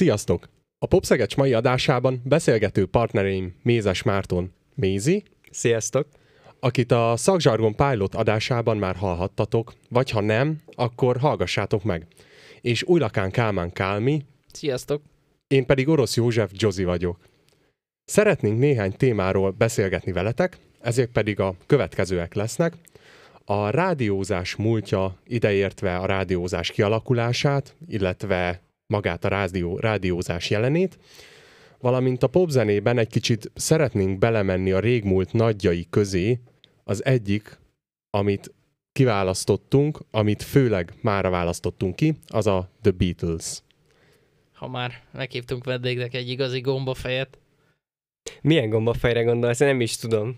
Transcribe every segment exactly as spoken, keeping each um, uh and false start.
Sziasztok! A Popszegecs mai adásában beszélgető partnereim Mézes Márton, Mézi. Sziasztok! Akit a Szakzsargon Pilot adásában már hallhattatok, vagy ha nem, akkor hallgassátok meg. És Újlakán Kálmán Kálmi. Sziasztok! Én pedig Orosz József Jozi vagyok. Szeretnénk néhány témáról beszélgetni veletek, ezek pedig a következőek lesznek. A rádiózás múltja, ideértve a rádiózás kialakulását, illetve magát a rádió, rádiózás jelenét, valamint a popzenében egy kicsit szeretnénk belemenni a régmúlt nagyjai közé. Az egyik, amit kiválasztottunk, amit főleg mára választottunk ki, az a The Beatles. Ha már meghívtunk vendégnek egy igazi gombafejet. Milyen gombafejre gondolsz? Én nem is tudom.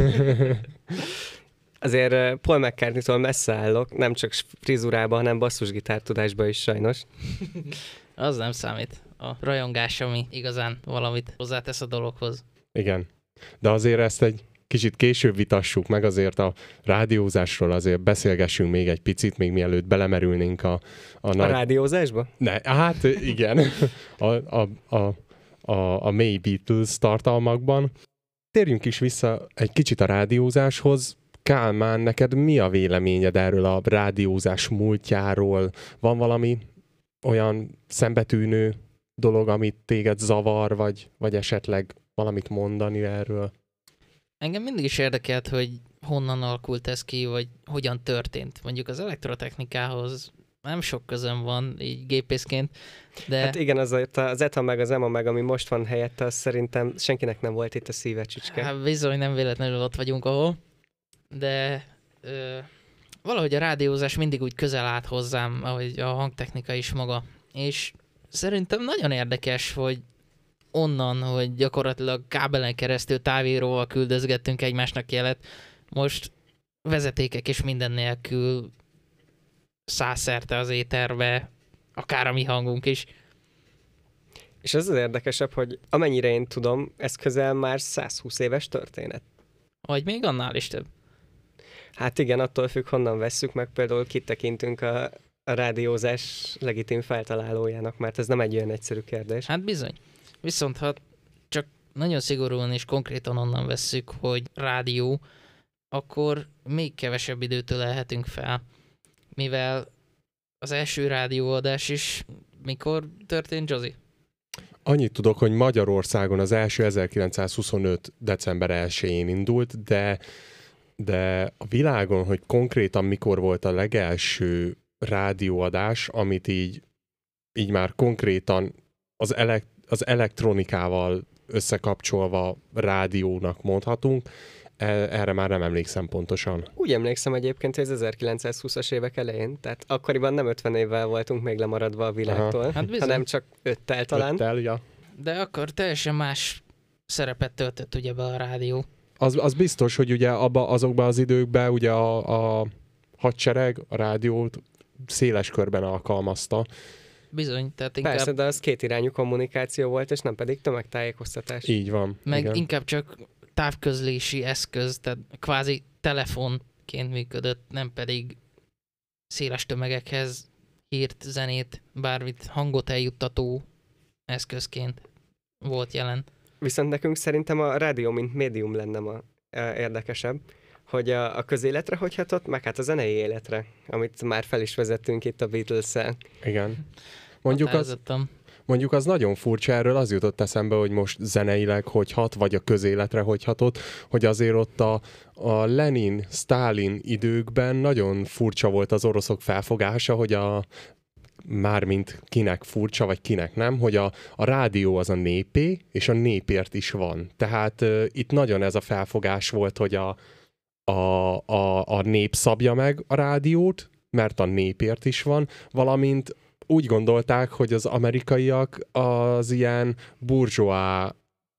Azért Paul McCartney-tól messze állok, nem csak frizurában, hanem basszusgitártudásban is sajnos. Az nem számít. A rajongás, ami igazán valamit hozzátesz a dologhoz. Igen. De azért ezt egy kicsit később vitassuk meg, azért a rádiózásról azért beszélgessünk még egy picit, még mielőtt belemerülnénk a... A, a nagy... rádiózásba? Ne, hát igen. A, a, a, a, a mély Beatles tartalmakban. Térjünk is vissza egy kicsit a rádiózáshoz. Kálmán, neked mi a véleményed erről a rádiózás múltjáról? Van valami olyan szembetűnő dolog, amit téged zavar, vagy, vagy esetleg valamit mondani erről? Engem mindig is érdekelt, hogy honnan alakult ez ki, vagy hogyan történt. Mondjuk az elektrotechnikához nem sok közöm van, így gépészként, de... Hát igen, azért az ETA meg az EMA meg, ami most van helyette, az szerintem senkinek nem volt itt a szíve csücske. Hát bizony, nem véletlenül ott vagyunk, ahol. De ö, valahogy a rádiózás mindig úgy közel állt hozzám, ahogy a hangtechnika is maga. És szerintem nagyon érdekes, hogy onnan, hogy gyakorlatilag kábelen keresztül távíróval küldözgettünk egymásnak jelet, most vezetékek és minden nélkül százszerte az éterbe, akár a mi hangunk is. És az az érdekesebb, hogy amennyire én tudom, ez közel már százhúsz éves történet. Vagy még annál is több. Hát igen, attól függ, honnan vesszük meg, például kitekintünk a, a rádiózás legitim feltalálójának, mert ez nem egy olyan egyszerű kérdés. Hát bizony. Viszont ha csak nagyon szigorúan és konkrétan onnan vesszük, hogy rádió, akkor még kevesebb időt ölelhetünk fel, mivel az első rádióadás is mikor történt, Jozi? Annyit tudok, hogy Magyarországon az első ezerkilencszázhuszonöt. december elsején indult, de, de a világon, hogy konkrétan mikor volt a legelső rádióadás, amit így, így már konkrétan az, elek, az elektronikával összekapcsolva rádiónak mondhatunk, erre már nem emlékszem pontosan. Úgy emlékszem egyébként, hogy az ezerkilencszázhúszas évek elején, tehát akkoriban nem ötven évvel voltunk még lemaradva a világtól, hát hanem csak öttel talán. Öttel, ja. De akkor teljesen más szerepet töltött ugye be a rádió. Az, az biztos, hogy ugye abba, azokban az időkben ugye a, a hadsereg a rádiót széles körben alkalmazta. Bizony, tehát inkább... Persze, de az kétirányú kommunikáció volt, és nem pedig tömegtájékoztatás. Így van. Meg igen. inkább csak távközlési eszköz, tehát kvázi telefonként működött, nem pedig széles tömegekhez hírt, zenét, bármit, hangot eljuttató eszközként volt jelen. Viszont nekünk szerintem a rádió, mint médium lenne ma érdekesebb, hogy a, a közéletre hogy hatott, meg hát a zenei életre, amit már fel is vezettünk itt a Beatles-szel. Igen. Mondjuk az, mondjuk az nagyon furcsa, erről az jutott eszembe, hogy most zeneileg hogy hat, vagy a közéletre hogy hatott, hogy azért ott a, a Lenin-Sztálin időkben nagyon furcsa volt az oroszok felfogása, hogy a mármint kinek furcsa, vagy kinek nem, hogy a, a rádió az a népé, és a népért is van. Tehát uh, itt nagyon ez a felfogás volt, hogy a, a, a, a nép szabja meg a rádiót, mert a népért is van, valamint úgy gondolták, hogy az amerikaiak az ilyen burzsóá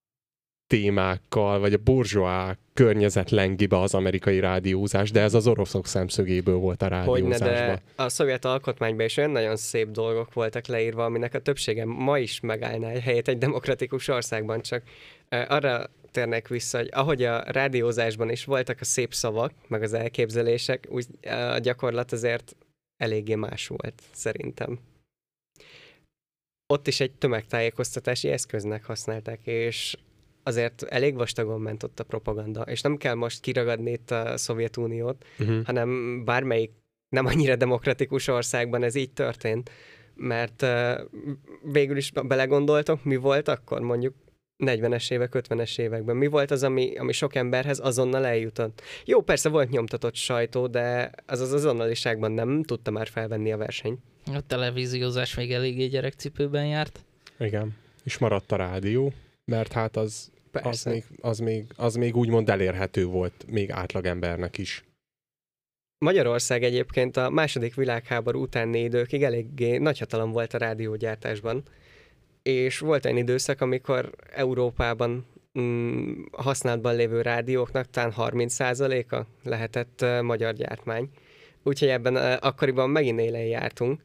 témákkal, vagy a burzsóá környezet lengi be az amerikai rádiózás, de ez az oroszok szemszögéből volt a rádiózásban. Hogyne, de a szovjet alkotmányban is olyan nagyon szép dolgok voltak leírva, aminek a többsége ma is megállná egy helyét egy demokratikus országban, csak arra térnek vissza, hogy ahogy a rádiózásban is voltak a szép szavak, meg az elképzelések, úgy a gyakorlat azért eléggé más volt, szerintem. ott is egy tömegtájékoztatási eszköznek használták, és azért elég vastagon ment ott a propaganda, és nem kell most kiragadni itt a Szovjetuniót, uh-huh. hanem bármelyik nem annyira demokratikus országban ez így történt, mert uh, végül is belegondoltok, mi volt akkor mondjuk negyvenes évek, ötvenes években. Mi volt az, ami, ami sok emberhez azonnal eljutott? Jó, persze volt nyomtatott sajtó, de az az azonnaliságban nem tudta már felvenni a versenyt. A televíziózás még eléggé gyerekcipőben járt. Igen, és maradt a rádió, mert hát az, az, még, az, még, az még úgymond elérhető volt még átlagembernek is. Magyarország egyébként a második világháború utáni időkig eléggé nagyhatalom volt a rádiógyártásban, és volt egy időszak, amikor Európában mm, használatban lévő rádióknak talán harminc százaléka lehetett uh, magyar gyártmány. Úgyhogy ebben uh, akkoriban megint élen jártunk.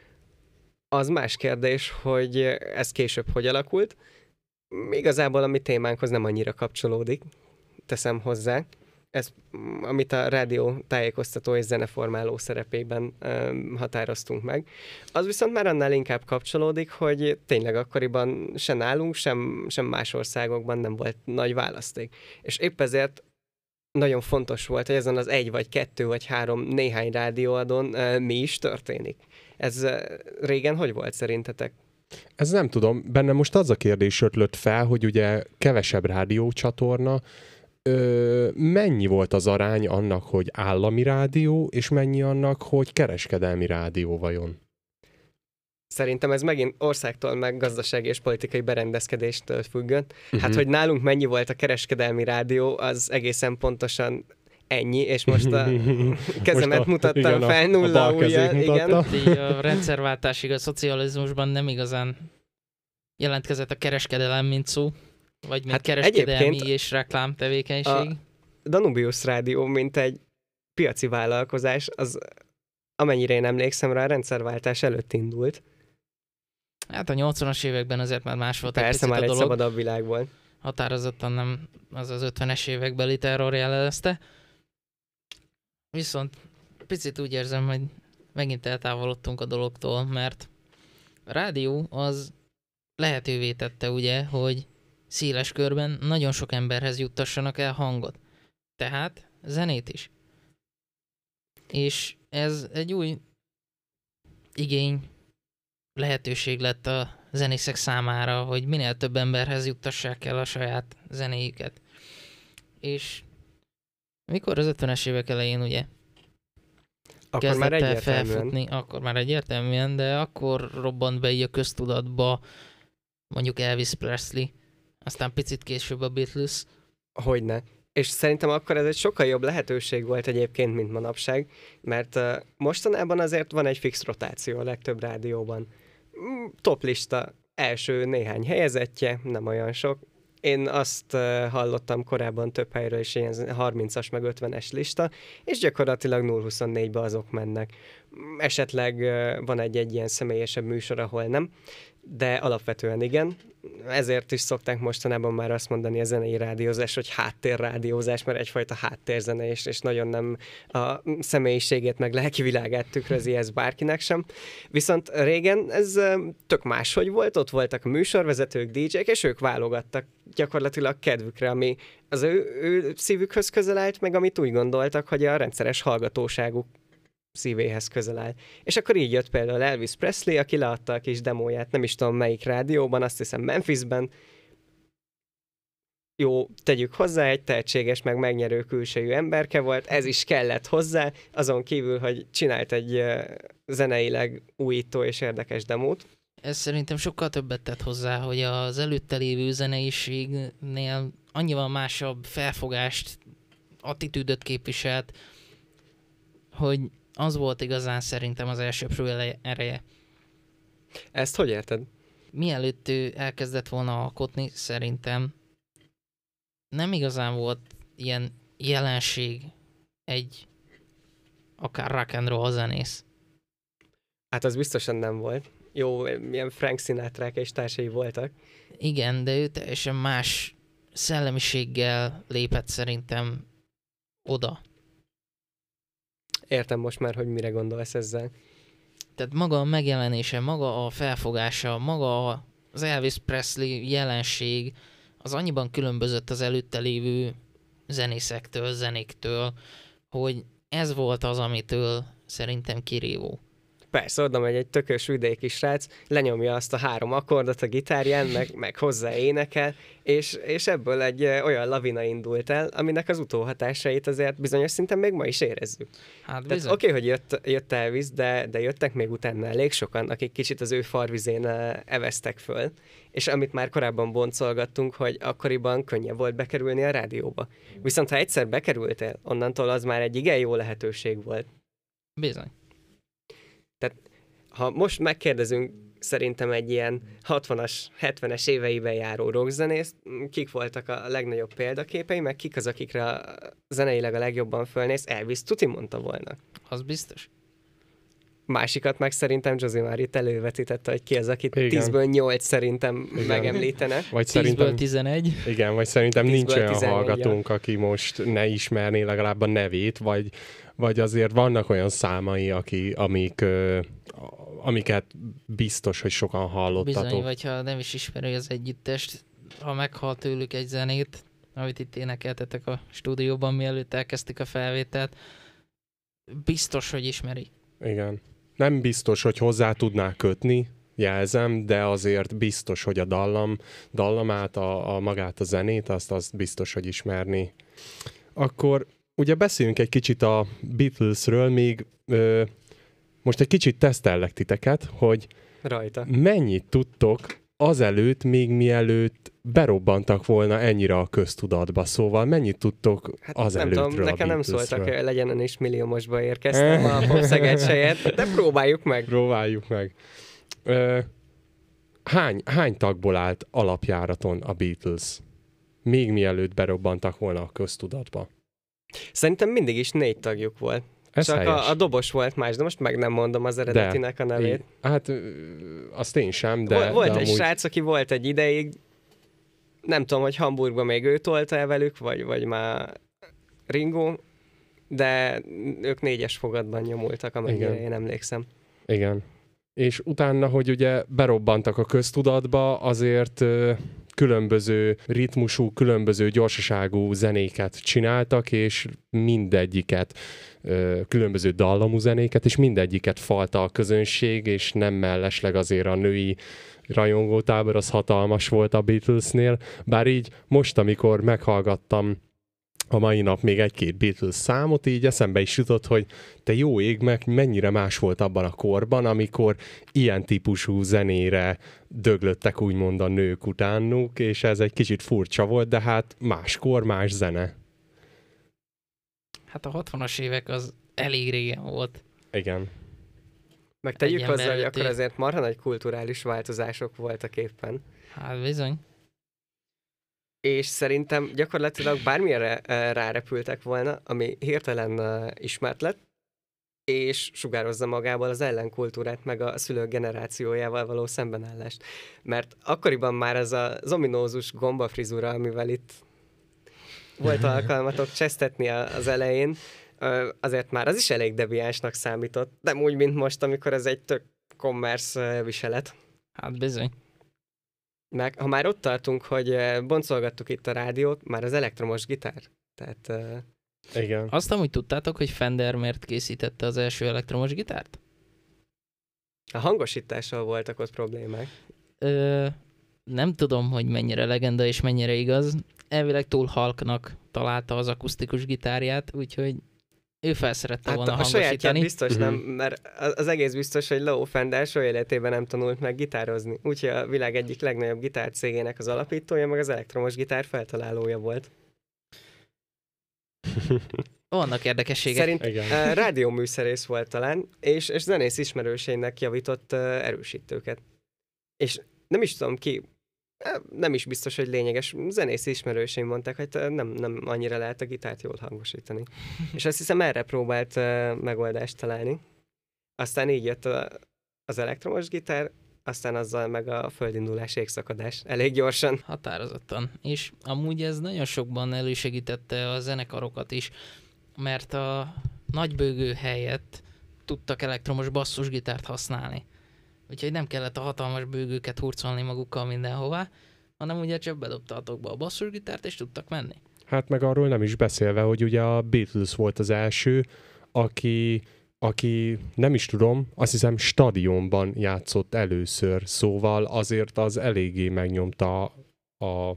Az más kérdés, hogy ez később hogy alakult. Igazából a mi témánkhoz nem annyira kapcsolódik, teszem hozzá. Ez, amit a rádió tájékoztató és zeneformáló szerepében um, határoztunk meg. Az viszont már annál inkább kapcsolódik, hogy tényleg akkoriban se nálunk, sem, sem más országokban nem volt nagy választék. És épp ezért nagyon fontos volt, hogy ezen az egy, vagy kettő, vagy három néhány rádióadon uh, mi is történik. Ez uh, régen hogy volt szerintetek? Ez nem tudom. Bennem most az a kérdés ötlött fel, hogy ugye kevesebb rádiócsatorna, Ö, mennyi volt az arány annak, hogy állami rádió, és mennyi annak, hogy kereskedelmi rádió vajon? Szerintem ez megint országtól, meg gazdasági és politikai berendezkedéstől függött. Hát, uh-huh. hogy nálunk mennyi volt a kereskedelmi rádió, az egészen pontosan ennyi, és most a kezemet most a, mutattam igen, fel, nulla ujjal. Igen. A rendszerváltásig a szocializmusban nem igazán jelentkezett a kereskedelem, mint szó. Vagy mint hát kereskedelmi és reklám tevékenység. A Danubius Rádió, mint egy piaci vállalkozás, az amennyire én emlékszem rá, a rendszerváltás előtt indult. Hát a nyolcvanas években azért már más volt. Persze, már egy dolog. Szabadabb világ volt. Határozottan nem az az ötvenes évekbeli terror jellemezte. Viszont picit úgy érzem, hogy megint eltávolodtunk a dologtól, mert a rádió az lehetővé tette ugye, hogy széles körben nagyon sok emberhez juttassanak el hangot. Tehát zenét is. És ez egy új igény, lehetőség lett a zenészek számára, hogy minél több emberhez juttassák el a saját zenéjüket. És mikor az ötvenes évek elején ugye akkor kezdett már el felfutni, akkor már egyértelműen, de akkor robbant be így a köztudatba mondjuk Elvis Presley, aztán picit később a Beatles. Hogyne. És szerintem akkor ez egy sokkal jobb lehetőség volt egyébként, mint manapság, mert uh, mostanában azért van egy fix rotáció a legtöbb rádióban. Top lista, első néhány helyezettje, nem olyan sok. Én azt uh, hallottam korábban több helyről is, ilyen harmincas meg ötvenes lista, és gyakorlatilag nulla huszonnégybe azok mennek. Esetleg uh, van egy-egy ilyen személyesebb műsor, ahol nem, de alapvetően igen. Ezért is szokták mostanában már azt mondani a zenei rádiózás, hogy háttérrádiózás, mert egyfajta háttérzene, és, és nagyon nem a személyiségét meg lelki világát tükrözi ez bárkinek sem. Viszont régen ez tök máshogy volt, ott voltak a műsorvezetők, dé dzsék, és ők válogattak gyakorlatilag kedvükre, ami az ő, ő szívükhöz közel állt, meg amit úgy gondoltak, hogy a rendszeres hallgatóságuk szívéhez közel áll. És akkor így jött például Elvis Presley, aki leadta a kis demóját, nem is tudom melyik rádióban, azt hiszem Memphisben. Jó, tegyük hozzá, egy tehetséges, meg megnyerő külsejű emberke volt, ez is kellett hozzá, azon kívül, hogy csinált egy uh, zeneileg újító és érdekes demót. Ez szerintem sokkal többet tett hozzá, hogy az előtte lévő zeneiségnél annyival másabb felfogást, attitűdöt képviselt, hogy az volt igazán szerintem az elsőprő ereje. Ezt hogy érted? Mielőtt ő elkezdett volna alkotni, szerintem nem igazán volt ilyen jelenség egy akár rock and roll zenész. Hát az biztosan nem volt. Jó, milyen Frank Sinatra-k és társai voltak. Igen, de ő teljesen más szellemiséggel lépett szerintem oda. Értem most már, hogy mire gondolsz ezzel. Tehát maga a megjelenése, maga a felfogása, maga az Elvis Presley jelenség, az annyiban különbözött az előtte lévő zenészektől, zenéktől, hogy ez volt az, amitől szerintem kirívó. Persze, oda megy egy tökös vidéki srác, lenyomja azt a három akkordot a gitárján, meg, meg hozzá énekel, és, és ebből egy olyan lavina indult el, aminek az utóhatásait azért bizonyos szinten még ma is érezzük. Hát oké, okay, hogy jött, jött Elvis, de, de jöttek még utána elég sokan, akik kicsit az ő farvizén eveztek föl, és amit már korábban boncolgattunk, hogy akkoriban könnyebb volt bekerülni a rádióba. Viszont ha egyszer bekerültél, onnantól az már egy igen jó lehetőség volt. Bizony. Tehát ha most megkérdezünk szerintem egy ilyen hatvanas, hetvenes éveiben járó rockzenészt, kik voltak a legnagyobb példaképei, meg kik az, akikre zeneileg a legjobban fölnéz, Elvis tuti mondta volna. Az biztos. Másikat meg szerintem Josimar itt elővetítette, hogy ki az, akit igen. tízből nyolc szerintem igen. megemlítene. Vagy tízből tizenegy. Igen, vagy szerintem nincs olyan tizenegy, hallgatónk, ja. aki most ne ismerné legalább a nevét, vagy, vagy azért vannak olyan számai, aki, amik, ö, amiket biztos, hogy sokan hallottatok. Bizony, vagy ha nem is ismeri az együttest, ha meghal tőlük egy zenét, amit itt énekeltetek a stúdióban, mielőtt elkezdtük a felvételt, biztos, hogy ismeri. Igen. Nem biztos, hogy hozzá tudná kötni, jelzem, de azért biztos, hogy a dallam, dallamát, a, a magát a zenét, azt, azt biztos, hogy ismerni. Akkor ugye beszéljünk egy kicsit a Beatlesről, még ö, most egy kicsit tesztellek titeket, hogy Rajta. mennyit tudtok azelőtt, még mielőtt berobbantak volna ennyire a köztudatba, szóval mennyit tudtok hát azelőttről nem tudom, nekem nem szóltak, hogy legyen is milliómosba érkeztem a Popszeged helyett, de próbáljuk meg. Próbáljuk meg. Ö, hány, hány tagból állt alapjáraton a Beatles? Még mielőtt berobbantak volna a köztudatba. Szerintem mindig is négy tagjuk volt. Ez Csak helyes. a, a dobos volt más, de most meg nem mondom az eredetinek de, a nevét. Így, hát azt én sem, de... Volt de egy amúgy... srác, aki volt egy ideig, nem tudom, hogy Hamburgban még ő tolta el velük, vagy, vagy már Ringo, de ők négyes fogadban nyomultak, amennyire Igen. én emlékszem. Igen. És utána, hogy ugye berobbantak a köztudatba, azért ö, különböző ritmusú, különböző gyorsaságú zenéket csináltak, és mindegyiket, ö, különböző dallamú zenéket, és mindegyiket falta a közönség, és nem mellesleg azért a női rajongótábor az hatalmas volt a Beatlesnél, bár így most, amikor meghallgattam a mai nap még egy-két Beatles számot, így eszembe is jutott, hogy te jó ég meg, mennyire más volt abban a korban, amikor ilyen típusú zenére döglöttek úgymond a nők utánuk, és ez egy kicsit furcsa volt, de hát máskor, más zene. Hát a hatvanas évek az elég régen volt. Igen. Meg tegyük Egy hozzá, hogy ember akkor öt év. azért marha nagy kulturális változások voltak éppen. Hát bizony. És szerintem gyakorlatilag bármilyenre eh, rárepültek volna, ami hirtelen uh, ismert lett, és sugározza magából az ellenkultúrát, meg a szülők generációjával való szembenállást. Mert akkoriban már ez az ominózus gombafrizura, amivel itt volt alkalmatok csesztetni az elején, azért már az is elég deviánsnak számított, de úgy, mint most, amikor ez egy tök commerce viselet. Hát bizony. Meg ha már ott tartunk, hogy boncolgattuk itt a rádiót, már az elektromos gitár. Tehát... Uh... Igen. Azt amúgy tudtátok, hogy Fender miért készítette az első elektromos gitárt? A hangosítással voltak ott problémák. Ö, nem tudom, hogy mennyire legenda és mennyire igaz. Elvileg túl halknak találta az akusztikus gitárját, úgyhogy ő felszerette hát volna a hangosítani. sajátját biztos uh-huh. nem, mert az egész biztos, hogy Leo Fender soha életében nem tanult meg gitározni. Úgyhogy a világ egyik legnagyobb gitárcégének az alapítója, meg az elektromos gitár feltalálója volt. Vannak érdekességek. Szerint uh, rádióműszerész volt talán, és, és zenész ismerőseinek javított uh, erősítőket. És nem is tudom ki, nem is biztos, hogy lényeges. Zenész ismerőseim mondták, hogy nem, nem annyira lehet a gitárt jól hangosítani. És azt hiszem erre próbált uh, megoldást találni. Aztán így jött a, az elektromos gitár, aztán azzal meg a földindulás, égszakadás. Elég gyorsan. Határozottan. És amúgy ez nagyon sokban elősegítette a zenekarokat is, mert a nagybőgő helyett tudtak elektromos basszusgitárt használni. Úgyhogy nem kellett a hatalmas bőgőket hurcolni magukkal mindenhová, hanem ugye csak bedobtatok be a basszusgitárt, és tudtak menni. Hát meg arról nem is beszélve, hogy ugye a Beatles volt az első, aki, aki nem is tudom, azt hiszem stadionban játszott először, szóval azért az eléggé megnyomta a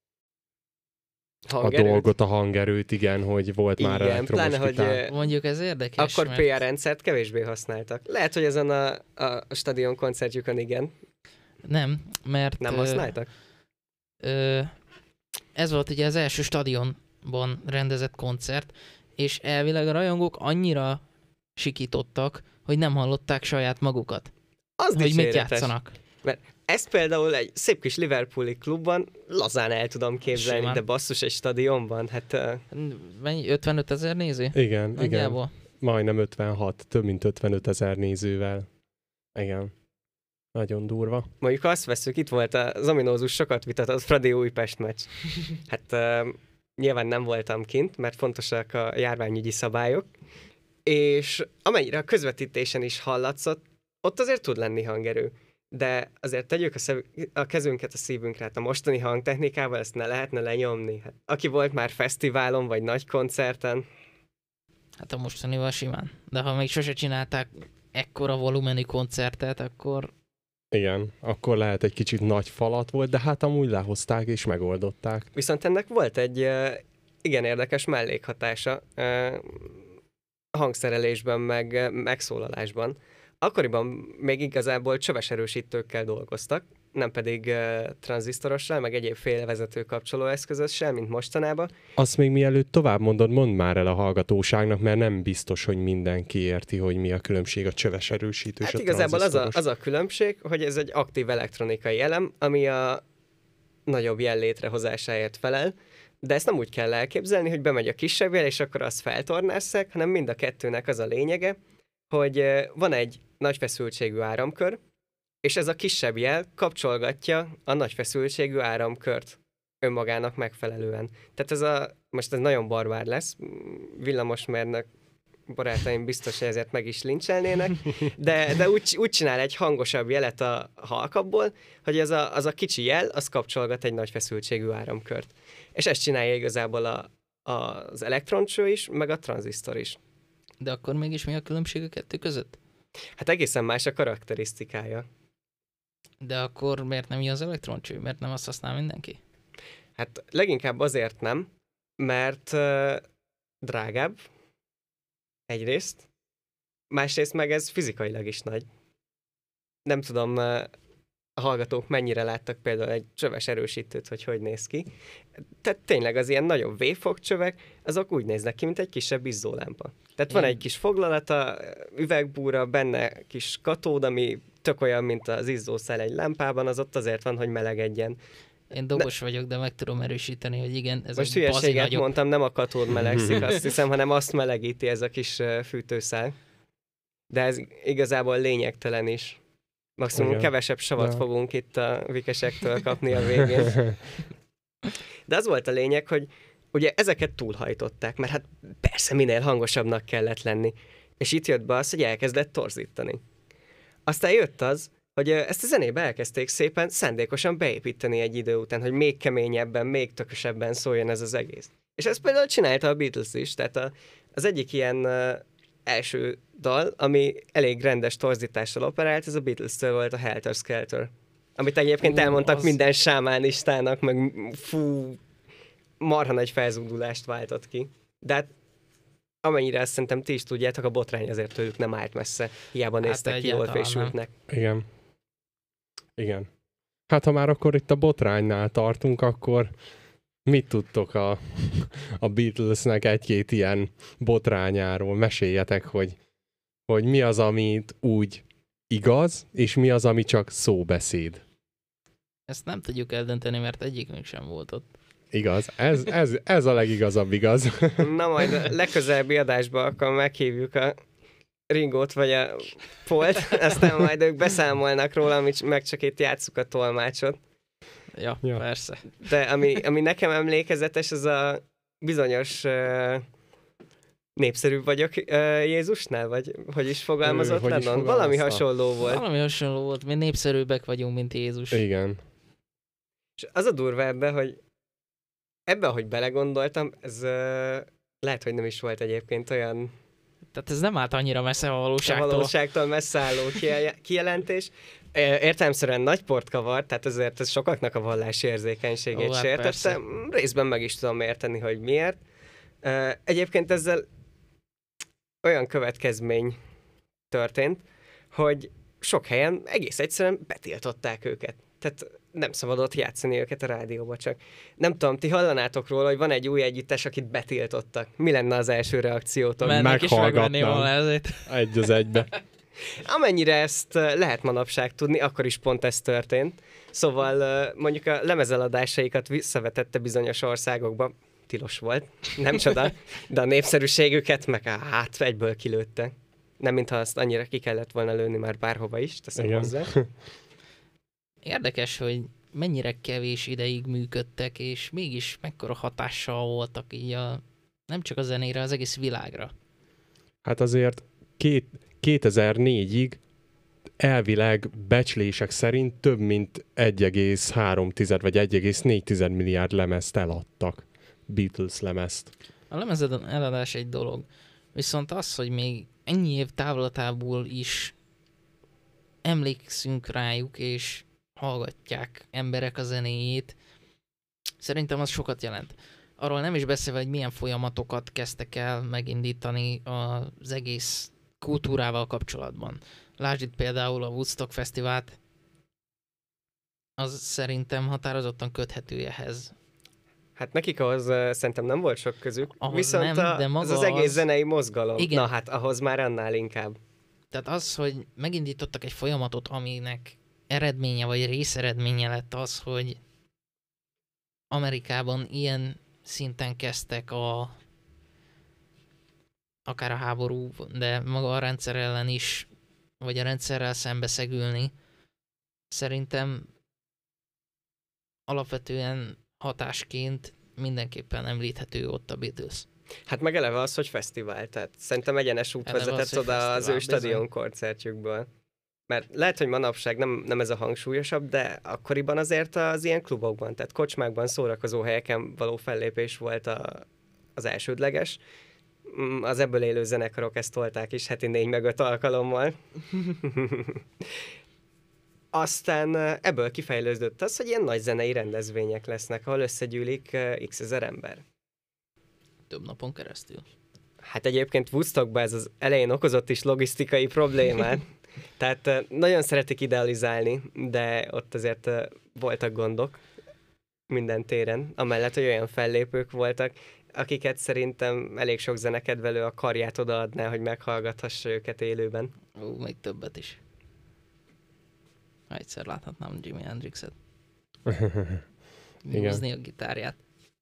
a dolgot, a hangerőt, igen, hogy volt igen, már elektromos pláne, gitár. Hogy mondjuk ez érdekes. Akkor mert... pé er rendszert kevésbé használtak. Lehet, hogy ezen a, a stadion koncertjükön igen. Nem, mert... Nem használtak? Ö, ö, ez volt ugye az első stadionban rendezett koncert, és elvileg a rajongók annyira sikítottak, hogy nem hallották saját magukat. Az hogy mit játszanak. Mert ezt például egy szép kis Liverpooli klubban lazán el tudom képzelni, Simán. De basszus egy stadionban, hát... Uh... Mennyi? ötvenöt ezer néző? Igen, Nagyjából. igen. Majdnem ötvenhat, több mint ötvenöt ezer nézővel. Igen. Nagyon durva. Mondjuk azt veszük, itt volt az ominózus sokat vitatott Fradi Újpest meccs. Hát uh, nyilván nem voltam kint, mert fontosak a járványügyi szabályok, és amennyire a közvetítésen is hallatszott, ott azért tud lenni hangerő. De azért tegyük a, szem- a kezünket a szívünkre, hát a mostani hangtechnikával ezt ne lehetne lenyomni. Hát, aki volt már fesztiválon, vagy nagy koncerten. Hát a mostanival simán. De ha még sose csinálták ekkora volumenű koncertet, akkor... Igen, akkor lehet egy kicsit nagy falat volt, de hát amúgy lehozták és megoldották. Viszont ennek volt egy uh, igen érdekes mellékhatása uh, hangszerelésben, meg uh, megszólalásban. Akkoriban még igazából csöves erősítőkkel dolgoztak, nem pedig uh, tranzisztorossal, meg egyéb félvezető kapcsolóeszközössel, mint mostanában. Azt még mielőtt tovább mondod, mondd már el a hallgatóságnak, mert nem biztos, hogy mindenki érti, hogy mi a különbség a csöves erősítő és hát a igazából az a, az a különbség, hogy ez egy aktív elektronikai elem, ami a nagyobb jel létrehozásáért felel, de ezt nem úgy kell elképzelni, hogy bemegy a kisebb jel, és akkor azt feltornásszák, hanem mind a kettőnek az a lényege, hogy van egy nagy feszültségű áramkör, és ez a kisebb jel kapcsolgatja a nagy feszültségű áramkört önmagának megfelelően. Tehát ez a, most ez nagyon barbár lesz, villamosmérnök barátaim biztos, hogy ezért meg is lincselnének, de, de úgy, úgy csinál egy hangosabb jelet a halkabból, hogy az a, az a kicsi jel, az kapcsolgat egy nagy feszültségű áramkört. És ezt csinálja igazából a, a, az elektroncső is, meg a tranzisztor is. De akkor mégis mi a különbség a kettő között? Hát egészen más a karakterisztikája. De akkor miért nem az elektroncső? Miért nem azt használ mindenki? Hát leginkább azért nem, mert uh, drágább egyrészt, másrészt meg ez fizikailag is nagy. Nem tudom, uh, a hallgatók mennyire láttak például egy csöves erősítőt, hogy hogy néz ki. Tehát tényleg az ilyen nagyobb V-fogcsövek, azok úgy néznek ki, mint egy kisebb izzólámpa. Tehát van egy kis foglalata, üvegbúra, benne kis katód, ami tök olyan, mint az izzószál egy lámpában, az ott azért van, hogy melegedjen. Én dobos de... vagyok, de meg tudom erősíteni, hogy igen, ez most hülyeséget mondtam, nem a katód melegszik, azt hiszem, hanem azt melegíti ez a kis fűtőszál. De ez igazából lényegtelen is. Maximum igen. Kevesebb savat ja. fogunk itt a vikesektől kapni a végén. De az volt a lényeg, hogy ugye ezeket túlhajtották, mert hát persze minél hangosabbnak kellett lenni. És itt jött be az, hogy elkezdett torzítani. Aztán jött az, hogy ezt a zenébe elkezdték szépen szándékosan beépíteni egy idő után, hogy még keményebben, még tökösebben szóljon ez az egész. És ezt például csinálta a Beatles is, tehát a, az egyik ilyen uh, első dal, ami elég rendes torzítással operált, ez a Beatles-től volt a Helter Skelter. Amit egyébként uh, elmondtak az... minden sámánistának, meg fú, marha nagy felzúdulást váltott ki. De hát amennyire azt szerintem ti is tudjátok, a botrány azért tőlük nem állt messze. Hiába hát néztek ki jól fésültnek. Igen. Igen. Hát ha már akkor itt a botránynál tartunk, akkor mit tudtok a, a Beatlesnek egy-két ilyen botrányáról? Meséljetek, hogy, hogy mi az, amit úgy igaz, és mi az, ami csak szóbeszéd. Ezt nem tudjuk eldönteni, mert egyikünk sem volt ott. Igaz. Ez, ez, ez a legigazabb igaz. Na majd a legközelebbi adásban akkor meghívjuk a Ringót vagy a Polt, aztán majd ők beszámolnak róla, amit meg csak itt játsszuk a tolmácsot. Ja, ja. Persze. De ami, ami nekem emlékezetes, az a bizonyos uh, népszerűbb vagyok uh, Jézusnál, vagy hogy is fogalmazott Ő, Lennon? Is Valami hasonló volt. Valami hasonló volt, mi népszerűbbek vagyunk, mint Jézus. Igen. És az a durva ebbe, hogy ebbe, ahogy belegondoltam, ez uh, lehet, hogy nem is volt egyébként olyan... Tehát ez nem állt annyira messze a valóságtól. A valóságtól messze álló kijelentés. Értelemszerűen nagy port kavart, tehát ezért ez sokaknak a vallási érzékenységét Ó, hát sértette. persze. Részben meg is tudom érteni, hogy miért. Egyébként ezzel olyan következmény történt, hogy sok helyen egész egyszerűen betiltották őket. Tehát nem szabadott játszani őket a rádióba, csak nem tudom, ti hallanátok róla, hogy van egy új együttes, akit betiltottak. Mi lenne az első reakciótok? Mennék is megvenni volna ezért. Egy az egybe. Amennyire ezt lehet manapság tudni, akkor is pont ez történt. Szóval mondjuk a lemezeladásaikat visszavetette bizonyos országokba. Tilos volt, nem csoda, de a népszerűségüket meg hát egyből kilőtte. Nem mintha azt annyira ki kellett volna lőni már bárhova is, teszem Igen. hozzá. Érdekes, hogy mennyire kevés ideig működtek, és mégis mekkora hatással voltak így a, nem csak a zenére, az egész világra. Hát azért két, kétezer-négyig elvileg becslések szerint több mint egy egész három vagy egy egész négy milliárd lemezt eladtak. Beatles lemezt. A lemez eladás egy dolog, viszont az, hogy még ennyi év távlatából is emlékszünk rájuk, és hallgatják emberek a zenéjét, szerintem az sokat jelent. Arról nem is beszélve, hogy milyen folyamatokat kezdtek el megindítani az egész kultúrával kapcsolatban. Lásd itt például a Woodstock Fesztivált, az szerintem határozottan köthető ehhez. Hát nekik ahhoz uh, szerintem nem volt sok közük, ahhoz viszont nem, a, de maga az, az egész az... zenei mozgalom, Igen. na hát ahhoz már annál inkább. Tehát az, hogy megindítottak egy folyamatot, aminek eredménye vagy részeredménye lett az, hogy Amerikában ilyen szinten kezdtek a akár a háború, de maga a rendszer ellen is, vagy a rendszerrel szembeszegülni. Szerintem alapvetően hatásként mindenképpen említhető ott a Beatles. Hát meg eleve az, hogy fesztivál, tehát szerintem egyenes út Eleve vezetett az, hogy oda az fesztivál, ő bizony. stadion koncertjükből. Mert lehet, hogy manapság nem, nem ez a hangsúlyosabb, de akkoriban azért az ilyen klubokban, tehát kocsmákban, szórakozó helyeken való fellépés volt a, az elsődleges. Az ebből élő zenekarok ezt tolták is heti négy meg öt alkalommal. Aztán ebből kifejlődött az, hogy ilyen nagy zenei rendezvények lesznek, ahol összegyűlik x ezer ember. Több napon keresztül. Hát egyébként Woodstockban ez az elején okozott is logisztikai problémát. Tehát nagyon szeretik idealizálni, de ott azért voltak gondok minden téren, amellett, hogy olyan fellépők voltak, akiket szerintem elég sok zenekedvelő a karját odaadná, hogy meghallgathassa őket élőben. Ó, még többet is. Ha egyszer láthatnám Jimi Hendrixet. Húzni a gitárját.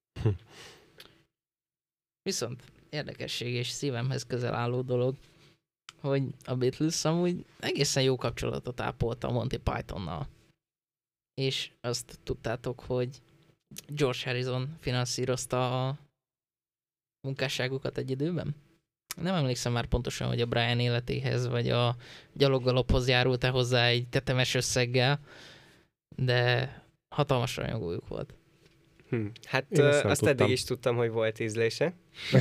Viszont érdekesség és szívemhez közel álló dolog, hogy a Beatles amúgy egészen jó kapcsolatot ápolta a Monty Pythonnal. És azt tudtátok, hogy George Harrison finanszírozta a munkásságukat egy időben? Nem emlékszem már pontosan, hogy a Brian életéhez, vagy a gyaloggalophoz járult-e hozzá egy tetemes összeggel, de hatalmas rajongójuk volt. Hm. Hát ö, azt tudtam. Eddig is tudtam, hogy volt ízlése.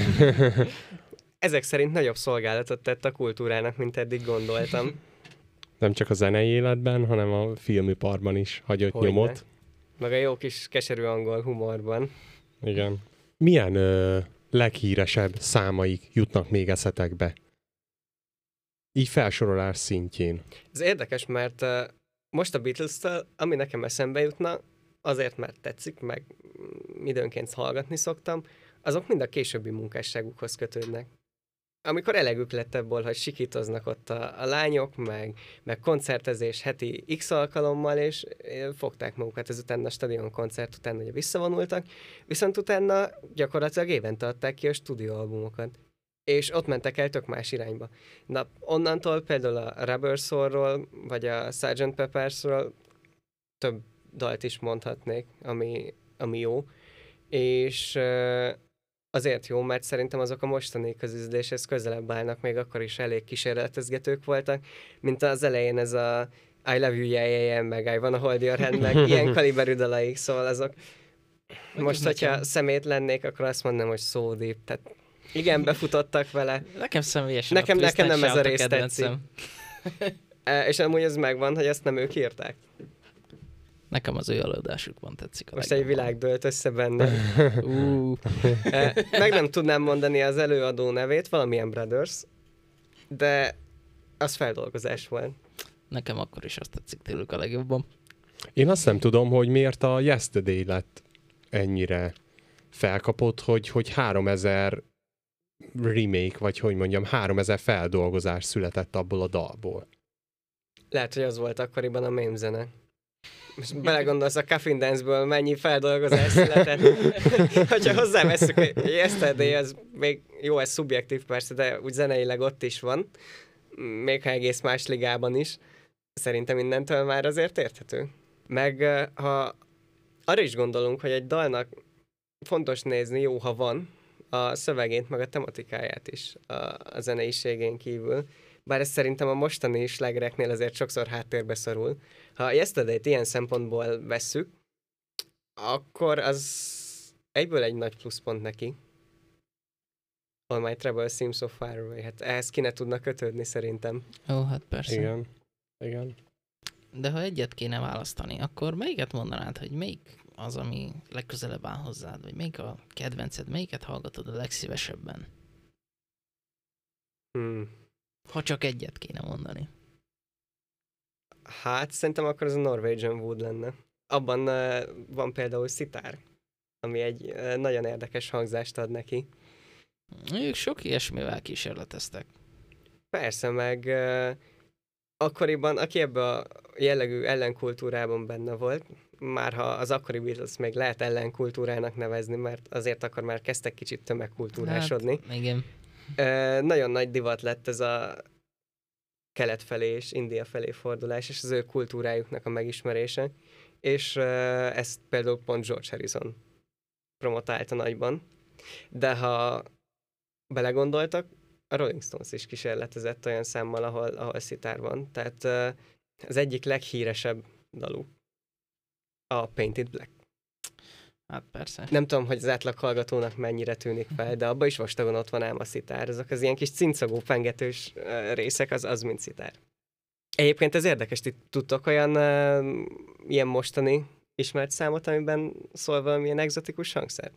Ezek szerint nagyobb szolgálatot tett a kultúrának, mint eddig gondoltam. Nem csak a zenei életben, hanem a filmiparban is hagyott Hogyne. nyomot. Meg a jó kis keserű angol humorban. Igen. Milyen ö, leghíresebb számaik jutnak még eszetekbe? Így felsorolás szintjén. Ez érdekes, mert uh, most a Beatles-től, ami nekem eszembe jutna, azért, mert tetszik, meg időnként hallgatni szoktam, azok mind a későbbi munkásságukhoz kötődnek. Amikor elegük lett ebből, hogy sikítoznak ott a, a lányok, meg, meg koncertezés heti X alkalommal, és fogták magukat ezután a stadion koncert után, ugye visszavonultak, viszont utána gyakorlatilag évente adták ki a stúdióalbumokat. És ott mentek el tök más irányba. Na, onnantól például a Rubber Soul-ról, vagy a sergeant Peppersről több dalt is mondhatnék, ami, ami jó. És azért jó, mert szerintem azok a mostani közüzdéshez közelebb állnak, még akkor is elég kísérletezgetők voltak, mint az elején ez a I love you, yeah, yeah, yeah, meg I wanna hold your hand, meg ilyen kaliberű dalaik, szóval azok most, hogyha szemét lennék, akkor azt mondom, hogy so deep, tehát igen, befutottak vele. Nekem személyesen nekem, a nekem nem ez a rész tetszik. e, és amúgy ez megvan, hogy ezt nem ők írták. Nekem az ő előadásukban tetszik a Most legjobban. egy világ dőlt össze benne. uh. e, meg nem tudnám mondani az előadó nevét, valamilyen Brothers, de az feldolgozás volt. Nekem akkor is azt tetszik tőlük a legjobban. Én azt nem tudom, hogy miért a Yesterday lett ennyire felkapott, hogy, hogy háromezer remake, vagy hogy mondjam, háromezer feldolgozás született abból a dalból. Lehet, hogy az volt akkoriban a meme zene. Most belegondolsz, a Coffin Dance-ből mennyi feldolgozás született. Hogyha hozzáveszünk, hogy Yesterday, az még jó, ez szubjektív persze, de úgy zeneileg ott is van. Még ha egész más ligában is. Szerintem innentől már azért érthető. Meg ha arra is gondolunk, hogy egy dalnak fontos nézni, jó, ha van, a szövegét, meg a tematikáját is a, a zeneiségén kívül. Bár ez szerintem a mostani slágereknél azért sokszor háttérbe szorul. Ha a Yesterday-t ilyen szempontból vesszük, akkor az egyből egy nagy pluszpont neki. All my trouble seems so far away. Hát ehhez ki ne tudna kötődni szerintem. Ó, hát persze. Igen. Igen. De ha egyet kéne választani, akkor melyiket mondanád, hogy melyik az, ami legközelebb áll hozzád? Vagy melyik a kedvenced? Melyiket hallgatod a legszívesebben? Hmm. Ha csak egyet kéne mondani. Hát szerintem akkor az a Norwegian Wood lenne. Abban uh, van például szitár, ami egy uh, nagyon érdekes hangzást ad neki. Ők sok ilyesmivel kísérleteztek. Persze, meg uh, akkoriban, aki ebbe a jellegű ellenkultúrában benne volt, már ha az akkori Beatles még lehet ellenkultúrának nevezni, mert azért akkor már kezdtek kicsit tömegkultúrásodni. Hát, igen. Uh, nagyon nagy divat lett ez a kelet felé és India felé fordulás, és az ő kultúrájuknak a megismerése. És uh, ezt például pont George Harrison promotálta nagyban. De ha belegondoltak, a Rolling Stones is kísérletezett olyan számmal, ahol, ahol szitár van. Tehát uh, az egyik leghíresebb daluk a Painted Black. Hát persze. Nem tudom, hogy az átlag hallgatónak mennyire tűnik fel, de abban is vastagon ott van ám a szitár. Azok az ilyen kis cincogó, pengetős uh, részek, az, az mint szitár. Egyébként ez érdekes, ti tudtok olyan uh, ilyen mostani ismert számot, amiben szól valamilyen egzotikus hangszer?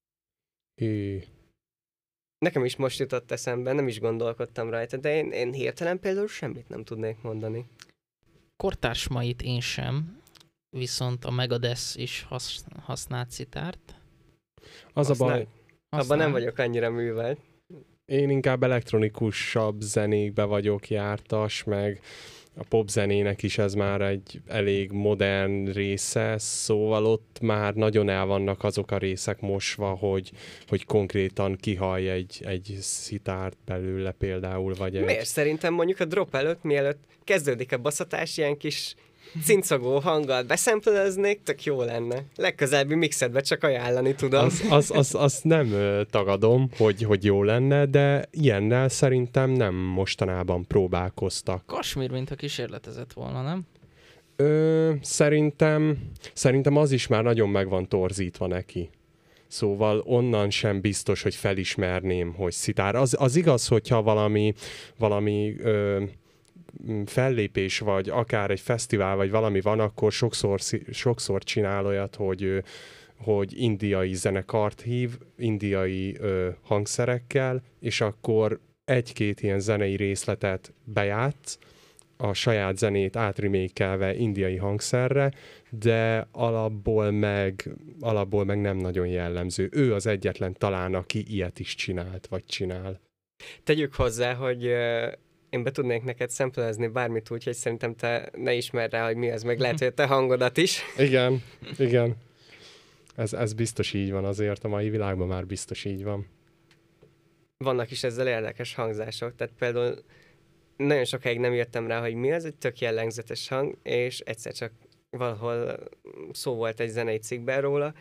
Hű. Nekem is most jutott eszembe, nem is gondolkodtam rajta, de én, én hirtelen például semmit nem tudnék mondani. Kortársmait én sem, viszont a Megadeth is hasz, használt szitárt. Az Használ? a baj. Abban nem vagyok annyira művelt. Én inkább elektronikusabb zenékbe vagyok jártas, meg a popzenének is ez már egy elég modern része, szóval ott már nagyon el vannak azok a részek mosva, hogy, hogy konkrétan kihallj egy, egy szitárt belőle például, vagy egy... Miért? Szerintem mondjuk a drop előtt, mielőtt kezdődik a baszatás, ilyen kis cincogó hanggal beszempeleznék, tök jó lenne. Legközelebbi mixedbe csak ajánlani tudom. Az, az, az, az nem ö, tagadom, hogy, hogy jó lenne, de ilyennel szerintem nem mostanában próbálkoztak. Kasmír, mintha kísérletezett volna, nem? Ö, szerintem, szerintem az is már nagyon meg van torzítva neki. Szóval onnan sem biztos, hogy felismerném, hogy szitár. Az, az igaz, hogyha valami, valami ö, fellépés, vagy akár egy fesztivál, vagy valami van, akkor sokszor, sokszor csinál olyat, hogy, hogy indiai zenekart hív, indiai ö, hangszerekkel, és akkor egy-két ilyen zenei részletet bejátsz, a saját zenét átremékelve indiai hangszerre, de alapból meg, alapból meg nem nagyon jellemző. Ő az egyetlen talán, aki ilyet is csinált, vagy csinál. Tegyük hozzá, hogy uh, én be tudnék neked szemplezni bármit úgy, hogy szerintem te ne ismerd rá, hogy mi az, meg lehet, hogy te hangodat is. Igen, igen. Ez, ez biztos így van azért, a mai világban már biztos így van. Vannak is ezzel érdekes hangzások, tehát például nagyon sokáig nem jöttem rá, hogy mi az, egy tök jellegzetes hang, és egyszer csak valahol szó volt egy zenei cikkben róla,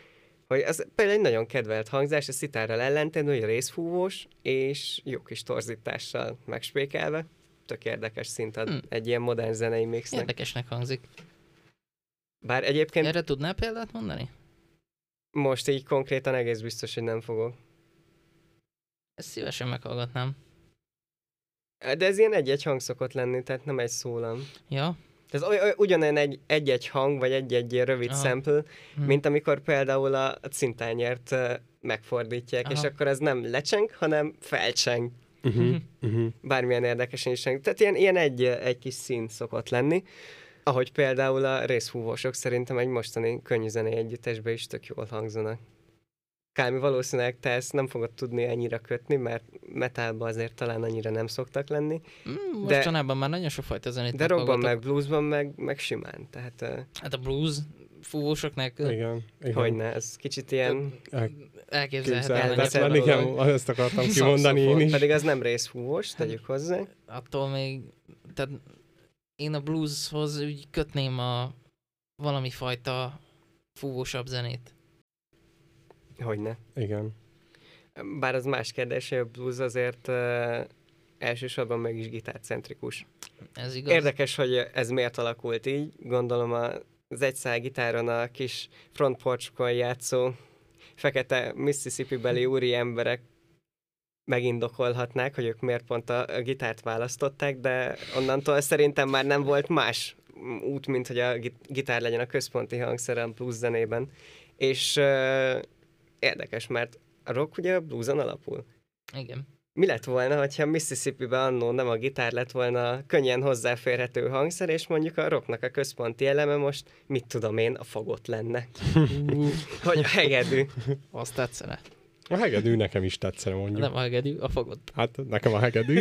Hogy ez például egy nagyon kedvelt hangzás, a szitárral ellentétben, hogy részfúvós, és jó kis torzítással megspékelve. Tök érdekes szint ad hmm. egy ilyen modern zenei mixnek. Érdekesnek hangzik. Bár egyébként... Erre tudnál példát mondani? Most így konkrétan egész biztos, hogy nem fogok. Ezt szívesen meghallgatnám. De ez ilyen egy-egy hang szokott lenni, tehát nem egy szólam. Ja. Ez ugyanolyan egy, egy-egy hang, vagy egy-egy rövid Aha. sample, hmm. mint amikor például a, a cintányért uh, megfordítják, Aha. és akkor ez nem lecseng, hanem felcseng. Uh-huh. Uh-huh. Bármilyen érdekesen is. Tehát ilyen, ilyen egy, egy kis szín szokott lenni. Ahogy például a részfúvósok szerintem egy mostani könnyűzenei együttesben is tök jól hangzanak. Kálmi, valószínűleg te ezt nem fogod tudni annyira kötni, mert metalban azért talán annyira nem szoktak lenni. Mm, mostanában már nagyon sokfajta zenét de rockban meg bluesban meg, meg simán. Tehát, uh... hát a blues fúvósoknak... Igen. igen. Hogyne, ez kicsit ilyen... Elképzelhetetlen. Igen, ezt akartam kimondani én is. Pedig az nem részfúvós, tegyük hozzá. Attól még... Tehát én a blueshoz úgy kötném a valami fajta fúvósabb zenét. Hogyne. Igen. Bár az más kérdés, hogy a blues azért uh, elsősorban meg is gitárcentrikus. Ez igaz. Érdekes, hogy ez miért alakult így. Gondolom az egyszál gitáron a kis frontporcsokon játszó fekete Mississippi-beli úri emberek megindokolhatnák, hogy ők miért pont a, a gitárt választották, de onnantól szerintem már nem volt más út, mint hogy a gitár legyen a központi hangszer a blues zenében. És uh, érdekes, mert a rock ugye a blueson alapul. Igen. Mi lett volna, hogyha Mississippi-ben annó nem a gitár lett volna a könnyen hozzáférhető hangszer, és mondjuk a rocknak a központi eleme most, mit tudom én, a fagot lenne. Vagy a hegedű. Azt tetszene. A hegedű nekem is tetszene, mondjuk. Nem a hegedű, a fagot. Hát nekem a hegedű.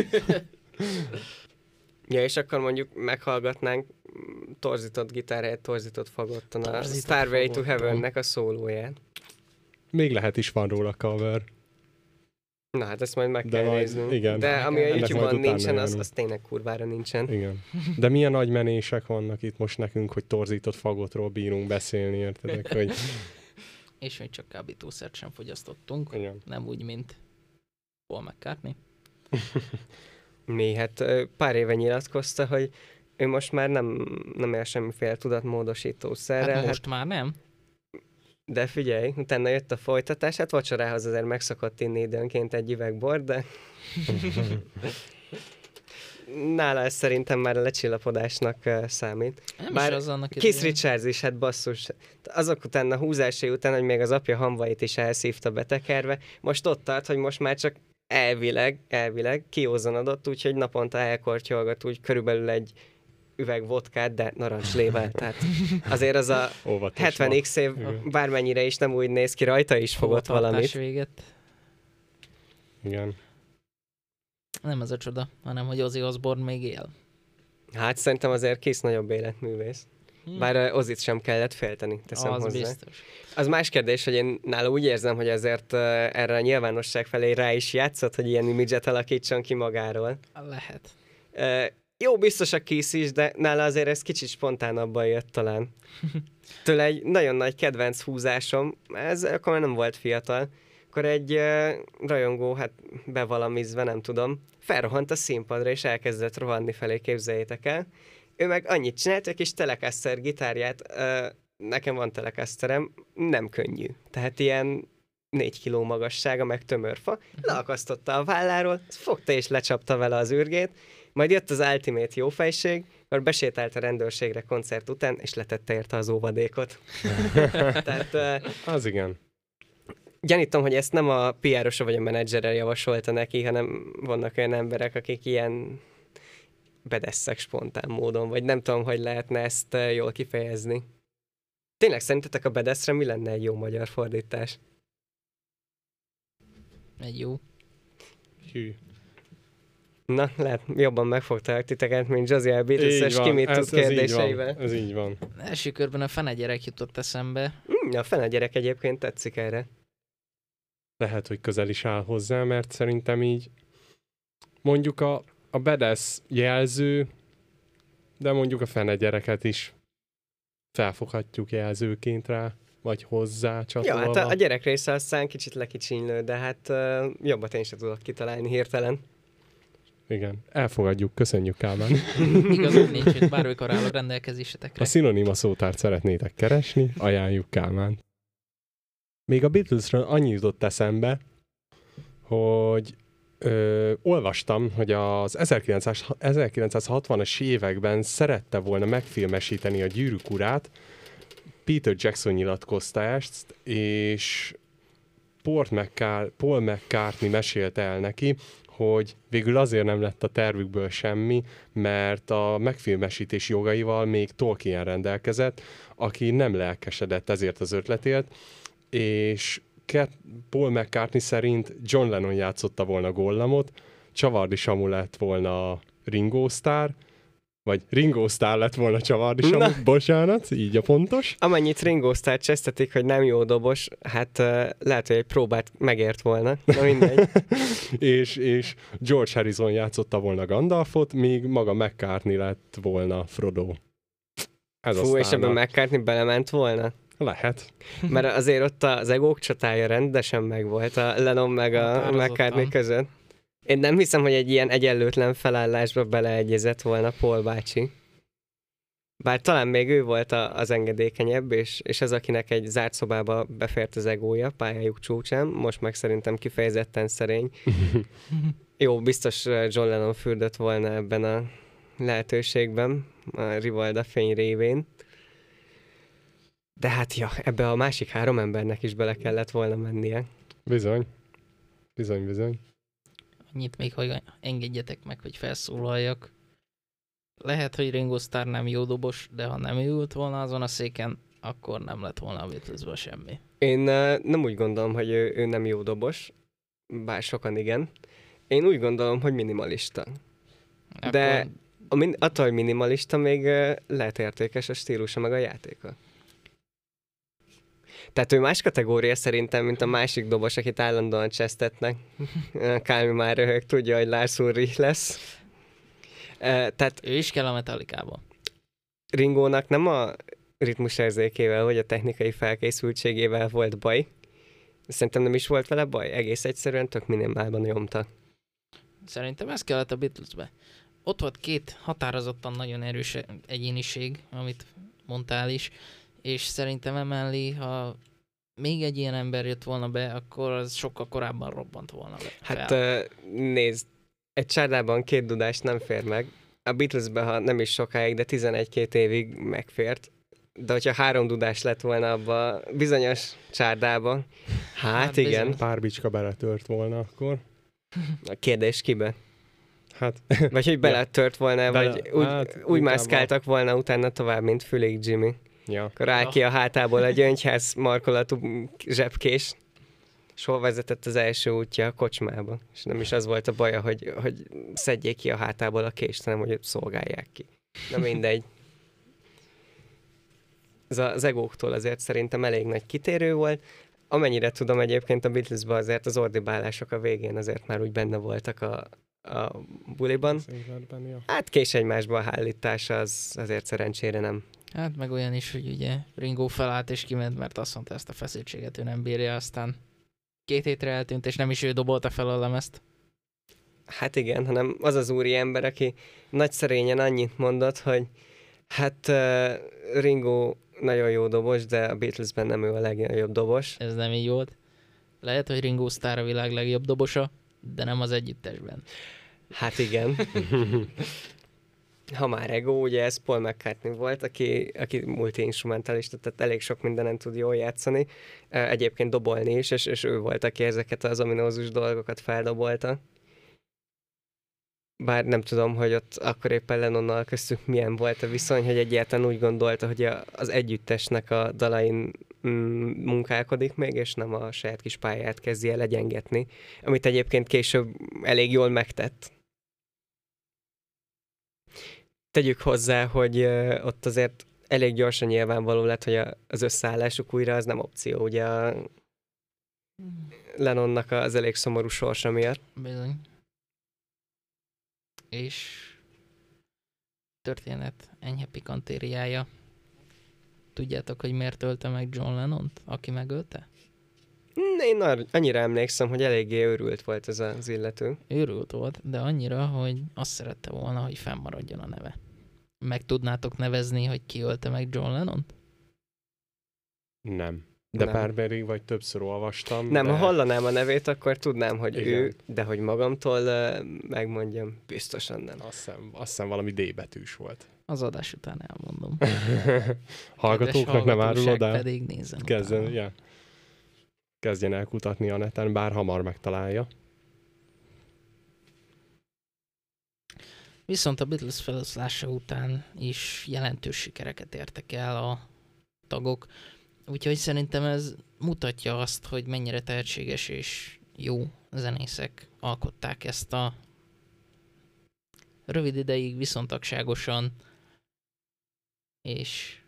Ja, és akkor mondjuk meghallgatnánk torzított gitár helyett torzított fagottan a Starway to Heavennek a szólóját. Még lehet is van róla cover. Na hát ezt majd meg de kell majd, néznünk. igen. De ami a YouTube-on nincsen, az, az tényleg kurvára nincsen. Igen. De milyen nagy menések vannak itt most nekünk, hogy torzított fagotról bírunk beszélni, értedek? Hogy... És még csak kábítószert sem fogyasztottunk. Igen. Nem úgy, mint Paul McCartney. Mi? Hát pár éve nyilatkozta, hogy ő most már nem, nem ér semmiféle tudatmódosítószerrel. Hát most hát... már nem. De figyelj, utána jött a folytatás, hát vacsorához azért meg szokott inni időnként egy üveg bort, de nála ez szerintem már a lecsillapodásnak uh, számít. Nem Bár is az annak Keith Richards is, hát basszus, azok után a húzásai után, hogy még az apja hamvait is elszívta betekerve, most ott tart, hogy most már csak elvileg, elvileg kiózanodott, úgyhogy naponta elkortyolgat úgy körülbelül egy üveg vodkát, de narancslével, tehát azért az a hetven x év bármennyire is nem úgy néz ki, rajta is fogott valamit. Véget. Igen. Nem ez a csoda, hanem hogy Ozzy Osbourne még él. Hát szerintem azért Kiss nagyobb életművész. Hmm. Bár Ozzyt sem kellett félteni, teszem az hozzá. Biztos. Az más kérdés, hogy én nála úgy érzem, hogy azért uh, erre a nyilvánosság felé rá is játszott, hogy ilyen imidzset alakítson ki magáról. Lehet. Uh, Jó, biztos a Kiss is, de nála azért ez kicsit spontánabban jött talán. Tőle egy nagyon nagy kedvenc húzásom, ez akkor nem volt fiatal, akkor egy uh, rajongó, hát bevalamizve, nem tudom, felrohant a színpadra, és elkezdett rohanni felé, képzeljétek el. Ő meg annyit csinált, egy kis Telecaster gitárját, uh, nekem van Telecasterem, nem könnyű. Tehát ilyen négy kiló magassága, meg tömörfa, leakasztotta a válláról, fogta és lecsapta vele az űrgét, majd jött az ultimate jófejség, akkor besétált a rendőrségre koncert után, és letette érte az óvadékot. Tehát, uh, az igen. Gyanítom, hogy ezt nem a pé er-osa vagy a menedzsere javasolta neki, hanem vannak olyan emberek, akik ilyen bedesszek spontán módon, vagy nem tudom, hogy lehetne ezt uh, jól kifejezni. Tényleg szerintetek a bedeszre mi lenne egy jó magyar fordítás? Egy jó. Hű. Na, lehet jobban megfogták titeket, mint Josie a Beatles-es ki mit tud kérdéseivel. Így van. Ez így van. Első körben a fene gyerek jutott eszembe. Mm, a fene gyerek egyébként tetszik erre. Lehet, hogy közel is áll hozzá, mert szerintem így mondjuk a, a bedesz jelző, de mondjuk a fene gyereket is felfoghatjuk jelzőként rá. vagy hozzá csatolva. Ja, hát a, a gyerek része aztán kicsit lekicsinylő, de hát uh, jobbat én sem tudok kitalálni hirtelen. Igen, elfogadjuk, köszönjük Kálmán. Igazán nincs, hogy bármikor állok rendelkezésetekre. A szinonima szótárt szeretnétek keresni, ajánljuk Kálmán. Még a Beatlesről annyi jutott eszembe, hogy ö, olvastam, hogy az ezerkilencszázhatvanas években szerette volna megfilmesíteni a Gyűrűk urát, Peter Jackson nyilatkozta ezt, és Paul McCart- Paul McCartney mesélte el neki, hogy végül azért nem lett a tervükből semmi, mert a megfilmesítés jogaival még Tolkien rendelkezett, aki nem lelkesedett ezért az ötletért, és Paul McCartney szerint John Lennon játszotta volna Gollamot, Csavardi Samu lett volna Ringo Starr, vagy Ringo Starr lett volna Csavardi Samu, bocsánat, így a pontos. Amennyit Ringo Starr csesztetik, hogy nem jó dobos, hát uh, lehet, hogy egy próbát megért volna, na mindegy. és, és George Harrison játszotta volna Gandalfot, míg maga McCartney lett volna Frodo. Ez Fú, és ebben McCartney belement volna? Lehet. Mert azért ott az egók csatája rendesen megvolt a Lennon meg a McCartney között. Én nem hiszem, hogy egy ilyen egyenlőtlen felállásba beleegyezett volna Paul bácsi. Bár talán még ő volt a, az engedékenyebb, és, és az, akinek egy zárt szobába befért az egója pályájuk csúcsán, most meg szerintem kifejezetten szerény. Jó, biztos John Lennon fürdött volna ebben a lehetőségben, a Rivalda fény révén. De hát ja, ebbe a másik három embernek is bele kellett volna mennie. Bizony. Bizony, bizony. Annyit még, hogy engedjetek meg, hogy felszólaljak. Lehet, hogy Ringo Starr nem jó dobos, de ha nem ült volna azon a széken, akkor nem lett volna a Beatlesből semmi. Én uh, nem úgy gondolom, hogy ő, ő nem jó dobos, bár sokan igen. Én úgy gondolom, hogy minimalista. Akkor... De a min- attól, hogy minimalista, még uh, lehet értékes a stílusa meg a játéka. Tehát ő más kategória szerintem, mint a másik dobos, akit állandóan csesztetnek. Kálmi már röhög, tudja, hogy Lars Ulrich lesz. Uh, tehát ő is kell a Metallica-ba. Ringónak nem a ritmusérzékével, vagy a technikai felkészültségével volt baj. Szerintem nem is volt vele baj. Egész egyszerűen tök minimálban nyomta. Szerintem ez kellett a Beatlesbe. Ott volt két határozottan nagyon erős egyéniség, amit mondtál is, és szerintem emellé, ha még egy ilyen ember jött volna be, akkor az sokkal korábban robbant volna be. Hát uh, nézd, egy csárdában két dudás nem fér meg. A Beatlesben, ha nem is sokáig, de tizenegy-két évig megfért. De hogyha három dudás lett volna abba a bizonyos csárdába, hát, hát igen. Bizony. Pár bicska beletört volna akkor. A kérdés kibe? Hát. Vagy hogy beletört volna, Bele, vagy úgy, hát, úgy mászkáltak volna utána tovább, mint Fülig Jimmy. Ja. Akkor áll ki a hátából a gyöngyház markolatú zsebkés, és hol vezetett az első útja a kocsmába. És nem is az volt a baja, hogy, hogy szedjék ki a hátából a kést, hanem hogy szolgálják ki. Na mindegy. Ez az egóktól azért szerintem elég nagy kitérő volt. Amennyire tudom, egyébként a Beatlesben azért az ordibálások a végén azért már úgy benne voltak a, a buliban. Hát kés egymásba a hálítása az azért szerencsére nem. Hát meg olyan is, hogy ugye Ringo felállt és kiment, mert azt mondta, ezt a feszültséget ő nem bírja, aztán két hétre eltűnt, és nem is ő dobolta fel a lemezt. Hát igen, hanem az az úri ember, aki nagy szerényen annyit mondott, hogy hát uh, Ringo nagyon jó dobos, de a Beatlesben nem ő a legjobb dobos. Ez nem így volt. Lehet, hogy Ringo Starr a világ legjobb dobosa, de nem az együttesben. Hát igen. Ha már ego, ugye ez Paul McCartney volt, aki, aki multi-instrumentalista, tehát elég sok mindenen tud jól játszani. Egyébként dobolni is, és, és ő volt, aki ezeket az ominózus dolgokat feldobolta. Bár nem tudom, hogy ott akkor éppen Lennonnal köztük milyen volt a viszony, hogy egyáltalán úgy gondolta, hogy a, az együttesnek a dalain mm, munkálkodik még, és nem a saját kis pályát kezdi el egyengetni, amit egyébként később elég jól megtett. Tegyük hozzá, hogy uh, ott azért elég gyorsan nyilvánvaló lett, hogy a, az összeállásuk újra az nem opció, ugye a Lennonnak az elég szomorú sorsa miatt. Bizony. És történet enyhe pikantériája. Tudjátok, hogy miért ölte meg John Lennont, aki megölte? Én annyira emlékszem, hogy eléggé őrült volt ez az illető. Őrült volt, de annyira, hogy azt szerette volna, hogy fennmaradjon a neve. Meg tudnátok nevezni, hogy ki ölte meg John Lennont? Nem. De nem. párberig vagy többször olvastam. Nem, de... ha hallanám a nevét, akkor tudnám, hogy igen. ő, de hogy magamtól uh, megmondjam, biztosan nem. Azt hiszem, azt hiszem valami D betűs volt. Az adás után elmondom. Hallgatóknak nem árulod el? pedig nézzen Kezdjen, ja. Kezdjen el kutatni a neten, bár hamar megtalálja. Viszont a Beatles feloszlása után is jelentős sikereket értek el a tagok, úgyhogy szerintem ez mutatja azt, hogy mennyire tehetséges és jó zenészek alkották ezt a rövid ideig viszontagságosan és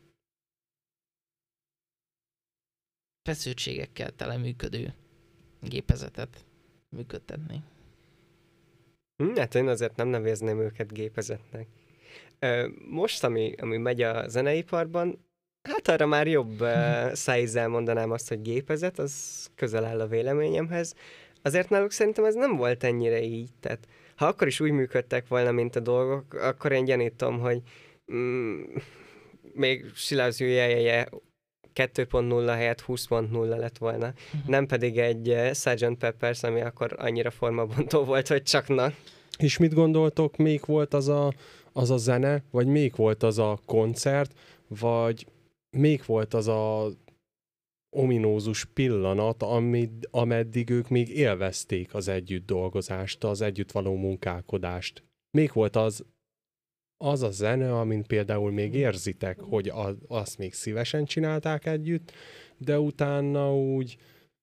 feszültségekkel tele működő gépezetet működtetni. Hm, hát én azért nem nevezném őket gépezetnek. Most, ami, ami megy a zeneiparban, hát arra már jobb szájízzel mondanám azt, hogy gépezet, az közel áll a véleményemhez. Azért náluk szerintem ez nem volt ennyire így. Tehát, ha akkor is úgy működtek volna, mint a dolgok, akkor én gyanítom, hogy mm, még Silász Jújeljeje kettő pont nulla helyett húsz pont nulla lett volna. Uh-huh. Nem pedig egy sergeant Peppers, ami akkor annyira formabontó volt, hogy csak na. És mit gondoltok, még volt az a, az a zene, vagy még volt az a koncert, vagy még volt az a ominózus pillanat, amit, ameddig ők még élvezték az együtt dolgozást, az együtt való munkálkodást. Még volt az az a zene, amin például még érzitek, hogy az, azt még szívesen csinálták együtt, de utána úgy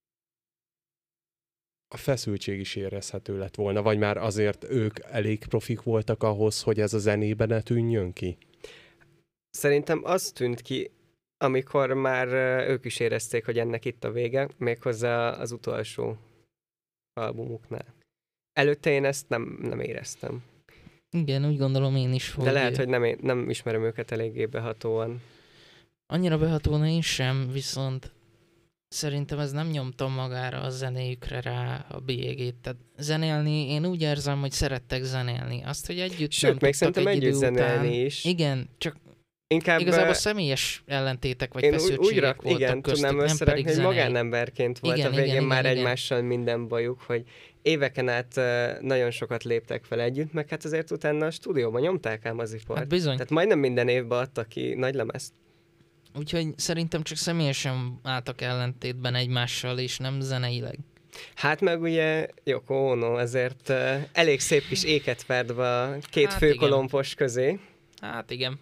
a feszültség is érezhető lett volna, vagy már azért ők elég profik voltak ahhoz, hogy ez a zenében ne tűnjön ki? Szerintem az tűnt ki, amikor már ők is érezték, hogy ennek itt a vége, méghozzá az utolsó albumuknál. Előtte én ezt nem, nem éreztem. Igen, úgy gondolom én is, hogy... De lehet, hogy nem, nem ismerem őket eléggé behatóan. Annyira behatóan én sem, viszont szerintem ez nem nyomta magára a zenéjükre rá a bélyegét. Tehát zenélni, én úgy érzem, hogy szerettek zenélni. Azt, hogy együtt Sőt, nem még szerintem egy együtt zenélni után... is. Igen, csak inkább igazából személyes ellentétek vagy én feszültségek úgy rak, voltak igen, köztük, tudnám nem pedig hogy zenei. magánemberként volt igen, a végén igen, már igen, egymással igen. minden bajuk, hogy éveken át uh, nagyon sokat léptek fel együtt, meg hát azért utána a stúdióban nyomták ám az ipart. Hát bizony. Tehát majdnem minden évben adtak ki nagy lemezt. Úgyhogy szerintem csak személyesen álltak ellentétben egymással, és nem zeneileg. Hát meg ugye Yoko Ono ezért uh, elég szép kis éket vert be a két hát főkolompos közé. Hát igen.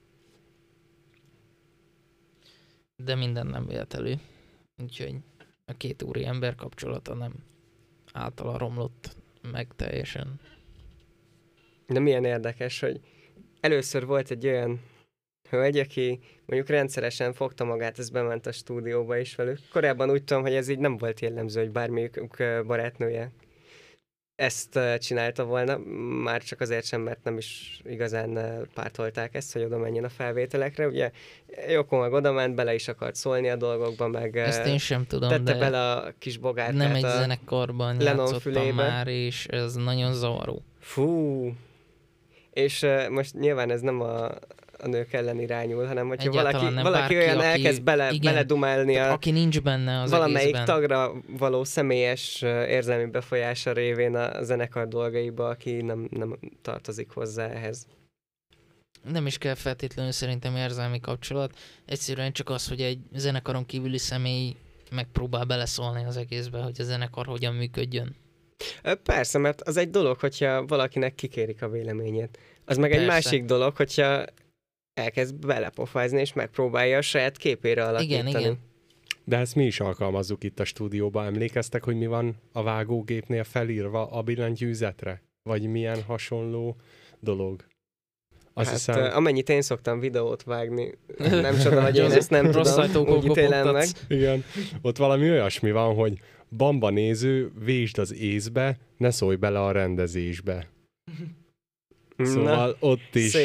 De minden nem vélt elő. Úgyhogy a két úri ember kapcsolata nem általa romlott meg teljesen. De milyen érdekes, hogy először volt egy olyan hölgy, aki mondjuk rendszeresen fogta magát, ez bement a stúdióba is velük. Korábban úgy tudom, hogy ez így nem volt jellemző, hogy bármelyik barátnője ezt csinálta volna, már csak azért sem, mert nem is igazán pártolták ezt, hogy oda menjen a felvételekre. Ugye Yoko meg oda ment, bele is akart szólni a dolgokba, meg ezt én sem tudom, tette de bele a kis bogárkát nem egy a zenekarban játszottam már, és ez nagyon zavaró. Fú! És uh, most nyilván ez nem a, a nők ellen irányul, hanem hogyha valaki, valaki bárki, olyan aki, elkezd bele, beledumálni a aki nincs benne az valamelyik egészben. tagra való személyes uh, érzelmi befolyása révén a zenekar dolgaiba, aki nem, nem tartozik hozzá ehhez. Nem is kell feltétlenül szerintem érzelmi kapcsolat, egyszerűen csak az, hogy egy zenekaron kívüli személy megpróbál beleszólni az egészbe, hogy a zenekar hogyan működjön. Persze, mert az egy dolog, hogyha valakinek kikérik a véleményét. Az meg Persze. egy másik dolog, hogyha elkezd belepofázni, és megpróbálja a saját képére alakítani. Igen, igen. De ezt mi is alkalmazzuk itt a stúdióban. Emlékeztek, hogy mi van a vágógépnél felírva a billentyűzetre? Vagy milyen hasonló dolog? Azt hát hiszem... amennyit én szoktam videót vágni, nem csoda, hogy én ezt nem tudom, úgy ítélem meg. Igen, ott valami olyasmi van, hogy Bamba néző, vésd az észbe, ne szólj bele a rendezésbe. Szóval Na, ott is... Szép.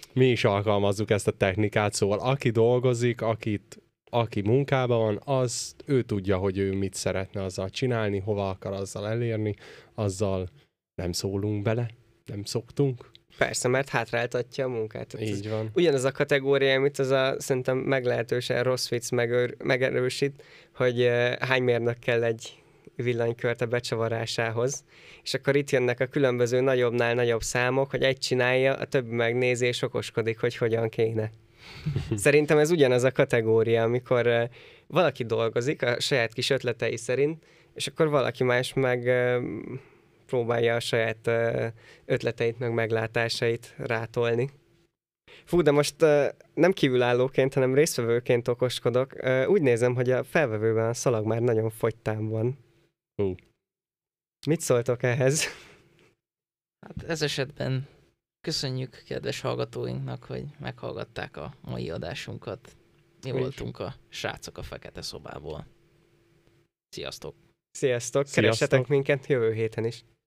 mi is alkalmazzuk ezt a technikát, szóval aki dolgozik, akit, aki munkában van, az ő tudja, hogy ő mit szeretne azzal csinálni, hova akar azzal elérni, azzal nem szólunk bele, nem szoktunk. Persze, mert hátráltatja a munkát. Így van. Ugyanaz a kategória, amit az a szerintem meglehetősen rossz vicc megör, megerősít, hogy uh, hány mérnök kell egy villanykört a becsavarásához, és akkor itt jönnek a különböző nagyobbnál nagyobb számok, hogy egy csinálja, a többi megnézi és okoskodik, hogy hogyan kéne. Szerintem ez ugyanaz a kategória, amikor uh, valaki dolgozik a saját kis ötletei szerint, és akkor valaki más meg uh, próbálja a saját uh, ötleteit, meg meglátásait rátolni. Fú, de most uh, nem kívülállóként, hanem résztvevőként okoskodok. Uh, úgy nézem, hogy a felvevőben a szalag már nagyon fogytán van. Uh. Mit szóltok ehhez? Hát ez esetben köszönjük kedves hallgatóinknak, hogy meghallgatták a mai adásunkat. Mi Úgy. voltunk a srácok a fekete szobából. Sziasztok! Sziasztok! Sziasztok. Keressetek minket jövő héten is!